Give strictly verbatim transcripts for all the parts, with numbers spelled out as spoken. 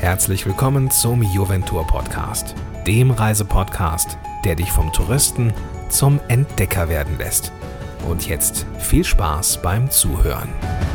herzlich willkommen zum Juventur Podcast, dem Reisepodcast, der dich vom Touristen zum Entdecker werden lässt. Und jetzt viel Spaß beim Zuhören.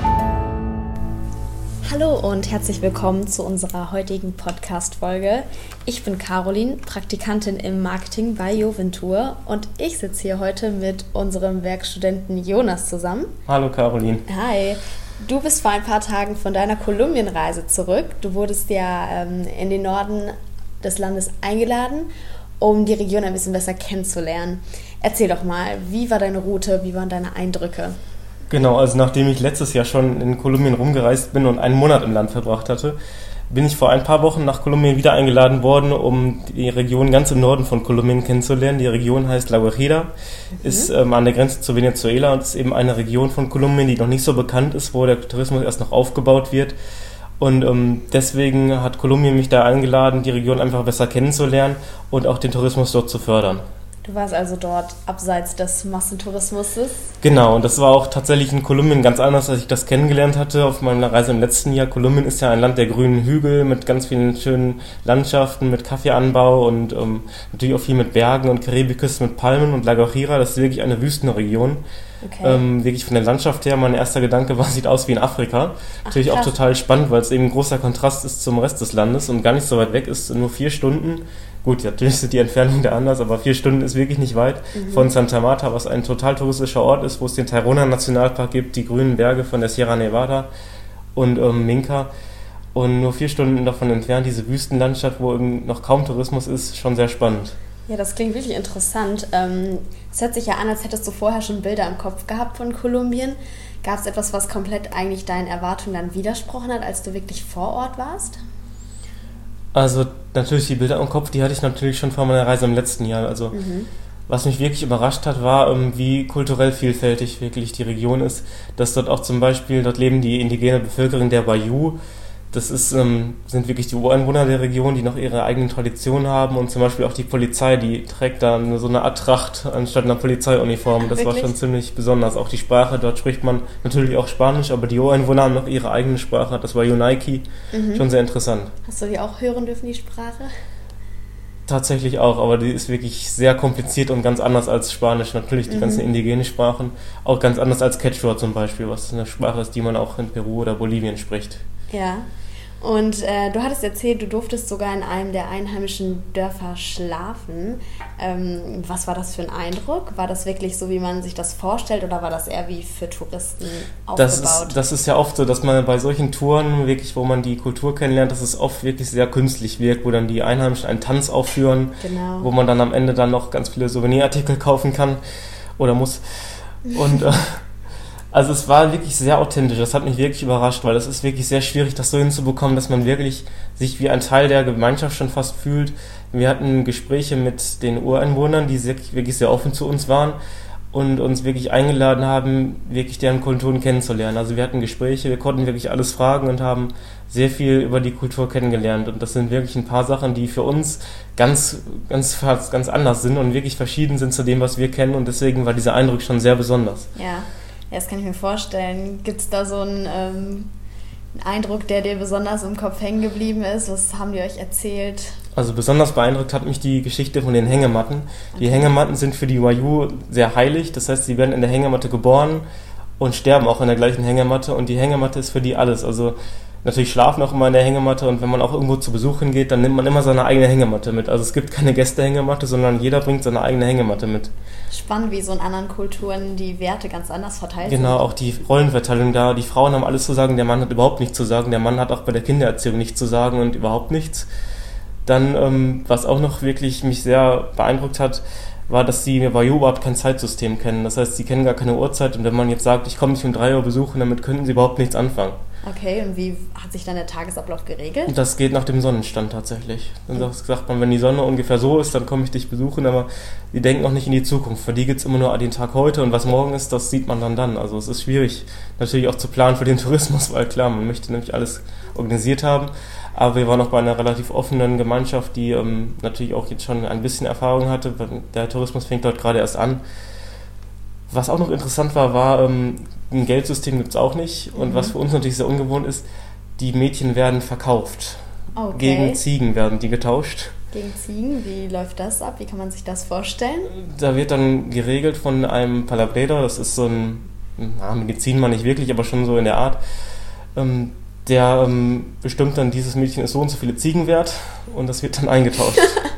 Hallo und herzlich willkommen zu unserer heutigen Podcast-Folge. Ich bin Caroline, Praktikantin im Marketing bei Juventur und ich sitze hier heute mit unserem Werkstudenten Jonas zusammen. Hallo Caroline. Hi. Du bist vor ein paar Tagen von deiner Kolumbienreise zurück. Du wurdest ja ähm, in den Norden des Landes eingeladen, um die Region ein bisschen besser kennenzulernen. Erzähl doch mal, wie war deine Route, wie waren deine Eindrücke? Genau, also nachdem ich letztes Jahr schon in Kolumbien rumgereist bin und einen Monat im Land verbracht hatte, bin ich vor ein paar Wochen nach Kolumbien wieder eingeladen worden, um die Region ganz im Norden von Kolumbien kennenzulernen. Die Region heißt La Guajira, mhm. ist ähm, an der Grenze zu Venezuela und ist eben eine Region von Kolumbien, die noch nicht so bekannt ist, wo der Tourismus erst noch aufgebaut wird. Und ähm, deswegen hat Kolumbien mich da eingeladen, die Region einfach besser kennenzulernen und auch den Tourismus dort zu fördern. Du warst also dort abseits des Massentourismus? Genau, und das war auch tatsächlich in Kolumbien ganz anders, als ich das kennengelernt hatte auf meiner Reise im letzten Jahr. Kolumbien ist ja ein Land der grünen Hügel mit ganz vielen schönen Landschaften, mit Kaffeeanbau und ähm, natürlich auch viel mit Bergen und Karibiküste mit Palmen. Und La Guajira, das ist wirklich eine Wüstenregion. Okay. Ähm, wirklich von der Landschaft her, mein erster Gedanke war, sieht aus wie in Afrika. Ach, natürlich krass. Auch total spannend, weil es eben ein großer Kontrast ist zum Rest des Landes und gar nicht so weit weg ist, nur vier Stunden. Gut, natürlich sind die Entfernungen da anders, aber vier Stunden ist wirklich nicht weit mhm. von Santa Marta, was ein total touristischer Ort ist, wo es den Tayrona Nationalpark gibt, die grünen Berge von der Sierra Nevada und ähm, Minca. Und nur vier Stunden davon entfernt, diese Wüstenlandschaft, wo noch kaum Tourismus ist, schon sehr spannend. Ja, das klingt wirklich interessant. Ähm, es hört sich ja an, als hättest du vorher schon Bilder im Kopf gehabt von Kolumbien. Gab es etwas, was komplett eigentlich deinen Erwartungen dann widersprochen hat, als du wirklich vor Ort warst? Also natürlich die Bilder im Kopf, die hatte ich natürlich schon vor meiner Reise im letzten Jahr. Also mhm. was mich wirklich überrascht hat, war, wie kulturell vielfältig wirklich die Region ist. Dass dort auch zum Beispiel, dort leben die indigene Bevölkerung der Wayuu. Das ist, ähm, sind wirklich die Ureinwohner der Region, die noch ihre eigenen Traditionen haben und zum Beispiel auch die Polizei, die trägt da so eine Art Tracht anstatt einer Polizeiuniform. Das wirklich? War schon ziemlich besonders. Auch die Sprache, dort spricht man natürlich auch Spanisch, aber die Ureinwohner haben noch ihre eigene Sprache. Das war Yunaiki, mhm. schon sehr interessant. Hast du die auch hören dürfen, die Sprache? Tatsächlich auch, aber die ist wirklich sehr kompliziert und ganz anders als Spanisch. Natürlich die mhm. ganzen indigenen Sprachen, auch ganz anders als Quechua zum Beispiel, was eine Sprache ist, die man auch in Peru oder Bolivien spricht. Ja. Und äh, du hattest erzählt, du durftest sogar in einem der einheimischen Dörfer schlafen. Ähm, was war das für ein Eindruck? War das wirklich so, wie man sich das vorstellt, oder war das eher wie für Touristen aufgebaut? Das ist, das ist ja oft so, dass man bei solchen Touren wirklich, wo man die Kultur kennenlernt, dass es oft wirklich sehr künstlich wirkt, wo dann die Einheimischen einen Tanz aufführen, genau. wo man dann am Ende dann noch ganz viele Souvenirartikel kaufen kann oder muss. Und äh, also es war wirklich sehr authentisch, das hat mich wirklich überrascht, weil es ist wirklich sehr schwierig, das so hinzubekommen, dass man wirklich sich wie ein Teil der Gemeinschaft schon fast fühlt. Wir hatten Gespräche mit den Ureinwohnern, die wirklich sehr offen zu uns waren und uns wirklich eingeladen haben, wirklich deren Kulturen kennenzulernen. Also wir hatten Gespräche, wir konnten wirklich alles fragen und haben sehr viel über die Kultur kennengelernt. Und das sind wirklich ein paar Sachen, die für uns ganz, ganz, ganz anders sind und wirklich verschieden sind zu dem, was wir kennen. Und deswegen war dieser Eindruck schon sehr besonders. Ja. Ja, das kann ich mir vorstellen. Gibt es da so einen, ähm, einen Eindruck, der dir besonders im Kopf hängen geblieben ist? Was haben die euch erzählt? Also besonders beeindruckt hat mich die Geschichte von den Hängematten. Okay. Die Hängematten sind für die Wayuu sehr heilig. Das heißt, sie werden in der Hängematte geboren und sterben auch in der gleichen Hängematte. Und die Hängematte ist für die alles. Also natürlich schlafen auch immer in der Hängematte, und wenn man auch irgendwo zu Besuch hingeht, dann nimmt man immer seine eigene Hängematte mit. Also es gibt keine Gästehängematte, sondern jeder bringt seine eigene Hängematte mit. Spannend, wie so in anderen Kulturen die Werte ganz anders verteilt genau, sind. Genau, auch die Rollenverteilung da. Die Frauen haben alles zu sagen, der Mann hat überhaupt nichts zu sagen. Der Mann hat auch bei der Kindererziehung nichts zu sagen und überhaupt nichts. Dann, ähm, was auch noch wirklich mich sehr beeindruckt hat, war, dass die Wayuu überhaupt kein Zeitsystem kennen. Das heißt, sie kennen gar keine Uhrzeit, und wenn man jetzt sagt, ich komme dich um drei Uhr besuchen, damit könnten sie überhaupt nichts anfangen. Okay, und wie hat sich dann der Tagesablauf geregelt? Das geht nach dem Sonnenstand tatsächlich. Dann mhm. sagt man, wenn die Sonne ungefähr so ist, dann komme ich dich besuchen, aber die denken noch nicht in die Zukunft. Für die gibt es immer nur den Tag heute, und was morgen ist, das sieht man dann dann. Also es ist schwierig, natürlich auch zu planen für den Tourismus, weil klar, man möchte nämlich alles organisiert haben. Aber wir waren auch bei einer relativ offenen Gemeinschaft, die ähm, natürlich auch jetzt schon ein bisschen Erfahrung hatte. Der Tourismus fängt dort gerade erst an. Was auch noch interessant war, war, ähm, ein Geldsystem gibt es auch nicht. Und mhm. was für uns natürlich sehr ungewohnt ist, die Mädchen werden verkauft. Okay. Gegen Ziegen werden die getauscht. Gegen Ziegen? Wie läuft das ab? Wie kann man sich das vorstellen? Da wird dann geregelt von einem Palabrero, das ist so ein, na, Medizinmann nicht wirklich, aber schon so in der Art, ähm, der ähm, bestimmt dann, dieses Mädchen ist so und so viele Ziegen wert und das wird dann eingetauscht.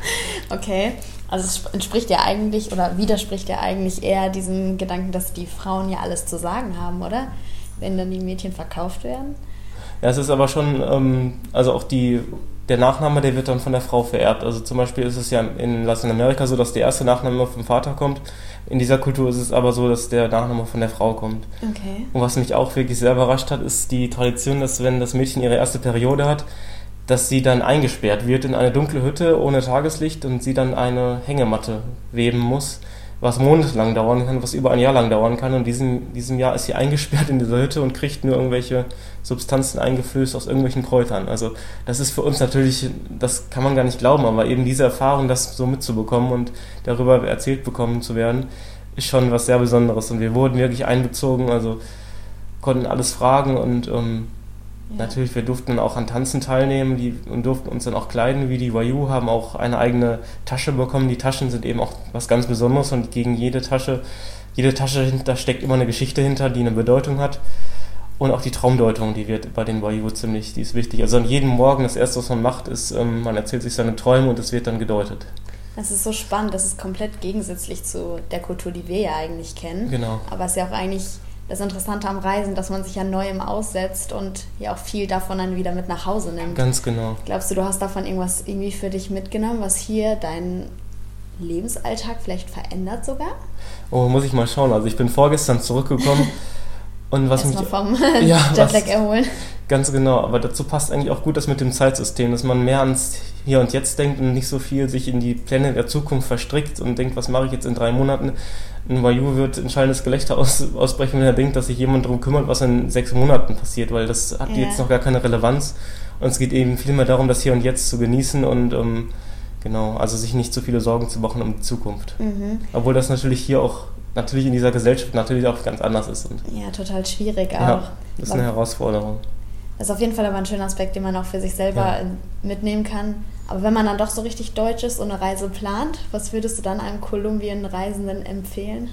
Okay, also es entspricht ja eigentlich oder widerspricht ja eigentlich eher diesem Gedanken, dass die Frauen ja alles zu sagen haben, oder? Wenn dann die Mädchen verkauft werden. Ja, es ist aber schon, ähm, also auch die, der Nachname, der wird dann von der Frau vererbt. Also zum Beispiel ist es ja in Lateinamerika so, dass der erste Nachname vom Vater kommt. In dieser Kultur ist es aber so, dass der Nachname von der Frau kommt. Okay. Und was mich auch wirklich sehr überrascht hat, ist die Tradition, dass wenn das Mädchen ihre erste Periode hat, dass sie dann eingesperrt wird in eine dunkle Hütte ohne Tageslicht und sie dann eine Hängematte weben muss, was monatelang dauern kann, was über ein Jahr lang dauern kann. Und diesem, diesem Jahr ist sie eingesperrt in dieser Hütte und kriegt nur irgendwelche Substanzen eingeflößt aus irgendwelchen Kräutern. Also das ist für uns natürlich, das kann man gar nicht glauben, aber eben diese Erfahrung, das so mitzubekommen und darüber erzählt bekommen zu werden, ist schon was sehr Besonderes. Und wir wurden wirklich einbezogen, also konnten alles fragen und ähm, ja. Natürlich, wir durften auch an Tanzen teilnehmen die, und durften uns dann auch kleiden wie die Wayuu, haben auch eine eigene Tasche bekommen. Die Taschen sind eben auch was ganz Besonderes und gegen jede Tasche, jede Tasche, da steckt immer eine Geschichte hinter, die eine Bedeutung hat. Und auch die Traumdeutung, die wird bei den Wayuu ziemlich, die ist wichtig. Also an jedem Morgen, das Erste, was man macht, ist, ähm, man erzählt sich seine Träume und es wird dann gedeutet. Das ist so spannend, das ist komplett gegensätzlich zu der Kultur, die wir ja eigentlich kennen. Genau. Aber es ist ja auch eigentlich das Interessante am Reisen, dass man sich ja Neuem aussetzt und ja auch viel davon dann wieder mit nach Hause nimmt. Ganz genau. Glaubst du, du hast davon irgendwas irgendwie für dich mitgenommen, was hier deinen Lebensalltag vielleicht verändert sogar? Oh, muss ich mal schauen. Also ich bin vorgestern zurückgekommen und was Erst mich... mal vom ja, Jetlag erholen. Ganz genau, aber dazu passt eigentlich auch gut das mit dem Zeitsystem, dass man mehr ans Hier und Jetzt denkt und nicht so viel sich in die Pläne der Zukunft verstrickt und denkt, was mache ich jetzt in drei Monaten? Ein Wayuu wird ein schallendes Gelächter aus, ausbrechen, wenn er denkt, dass sich jemand darum kümmert, was in sechs Monaten passiert, weil das hat ja. jetzt noch gar keine Relevanz und es geht eben viel mehr darum, das Hier und Jetzt zu genießen und ähm, genau, also sich nicht zu viele Sorgen zu machen um die Zukunft. Mhm. Obwohl das natürlich hier auch, natürlich in dieser Gesellschaft natürlich auch ganz anders ist. Und ja, total schwierig auch. Ja, das ist eine Herausforderung. Das ist auf jeden Fall aber ein schöner Aspekt, den man auch für sich selber ja. mitnehmen kann. Aber wenn man dann doch so richtig deutsch ist und eine Reise plant, was würdest du dann einem Kolumbien-Reisenden empfehlen?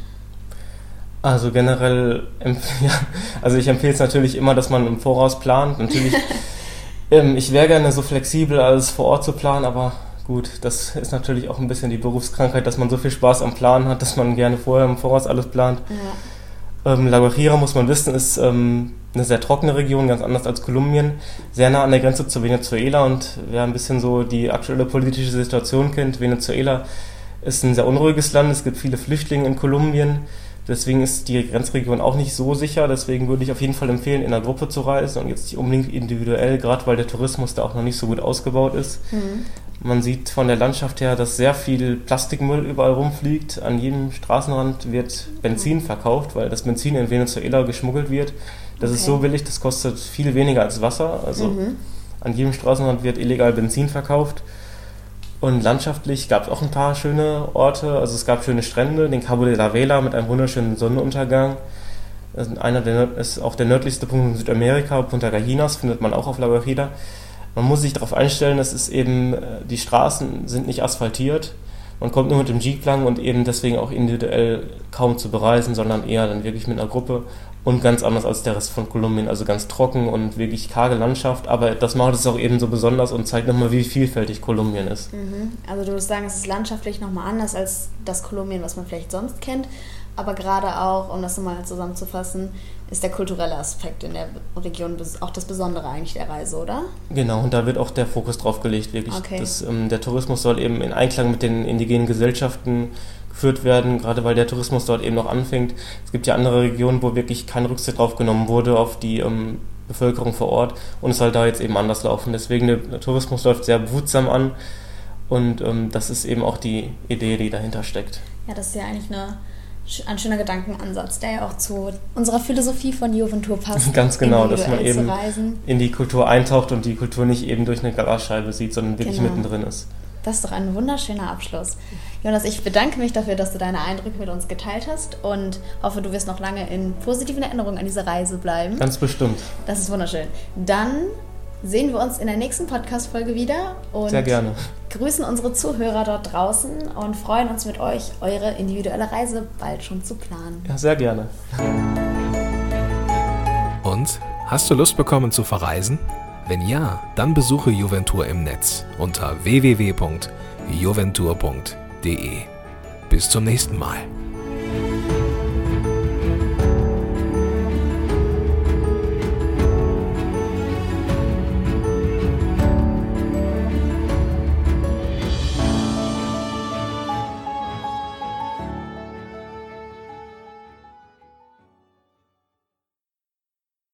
Also generell, ja, also ich empfehle es natürlich immer, dass man im Voraus plant. Natürlich, ähm, ich wäre gerne so flexibel, alles vor Ort zu planen, aber gut, das ist natürlich auch ein bisschen die Berufskrankheit, dass man so viel Spaß am Planen hat, dass man gerne vorher im Voraus alles plant. Ja. Ähm, La Guajira, muss man wissen, ist ähm, eine sehr trockene Region, ganz anders als Kolumbien, sehr nah an der Grenze zu Venezuela und wer ein bisschen so die aktuelle politische Situation kennt, Venezuela ist ein sehr unruhiges Land, es gibt viele Flüchtlinge in Kolumbien, deswegen ist die Grenzregion auch nicht so sicher, deswegen würde ich auf jeden Fall empfehlen, in einer Gruppe zu reisen und jetzt nicht unbedingt individuell, gerade weil der Tourismus da auch noch nicht so gut ausgebaut ist. Mhm. Man sieht von der Landschaft her, dass sehr viel Plastikmüll überall rumfliegt. An jedem Straßenrand wird Benzin verkauft, weil das Benzin in Venezuela geschmuggelt wird. Das okay. ist so billig, das kostet viel weniger als Wasser. Also mhm. an jedem Straßenrand wird illegal Benzin verkauft. Und landschaftlich gab es auch ein paar schöne Orte. Also es gab schöne Strände, den Cabo de la Vela mit einem wunderschönen Sonnenuntergang. Das ist, einer der, ist auch der nördlichste Punkt in Südamerika. Punta Gallinas findet man auch auf La Guajira. Man muss sich darauf einstellen, dass es eben, die Straßen sind nicht asphaltiert. Man kommt nur mit dem Jeep lang und eben deswegen auch individuell kaum zu bereisen, sondern eher dann wirklich mit einer Gruppe und ganz anders als der Rest von Kolumbien, also ganz trocken und wirklich karge Landschaft, aber das macht es auch eben so besonders und zeigt nochmal, wie vielfältig Kolumbien ist. Mhm. Also du würdest sagen, es ist landschaftlich nochmal anders als das Kolumbien, was man vielleicht sonst kennt, aber gerade auch, um das nochmal zusammenzufassen, ist der kulturelle Aspekt in der Region auch das Besondere eigentlich der Reise, oder? Genau, und da wird auch der Fokus drauf gelegt, wirklich. Okay. Das, ähm, der Tourismus soll eben in Einklang mit den indigenen Gesellschaften geführt werden, gerade weil der Tourismus dort eben noch anfängt. Es gibt ja andere Regionen, wo wirklich kein Rücksicht drauf genommen wurde auf die ähm, Bevölkerung vor Ort und es soll da jetzt eben anders laufen. Deswegen der, der Tourismus läuft sehr behutsam an und ähm, das ist eben auch die Idee, die dahinter steckt. Ja, das ist ja eigentlich eine ein schöner Gedankenansatz, der ja auch zu unserer Philosophie von Juventur passt. Ganz genau, dass man eben in die Kultur eintaucht und die Kultur nicht eben durch eine Glasscheibe sieht, sondern wirklich genau. mittendrin ist. Das ist doch ein wunderschöner Abschluss. Jonas, ich bedanke mich dafür, dass du deine Eindrücke mit uns geteilt hast und hoffe, du wirst noch lange in positiven Erinnerungen an diese Reise bleiben. Ganz bestimmt. Das ist wunderschön. Dann sehen wir uns in der nächsten Podcast-Folge wieder. Und sehr gerne. Grüßen unsere Zuhörer dort draußen und freuen uns mit euch, eure individuelle Reise bald schon zu planen. Ja, sehr gerne. Und, hast du Lust bekommen zu verreisen? Wenn ja, dann besuche Juventur im Netz unter w w w punkt juventur punkt d e. Bis zum nächsten Mal.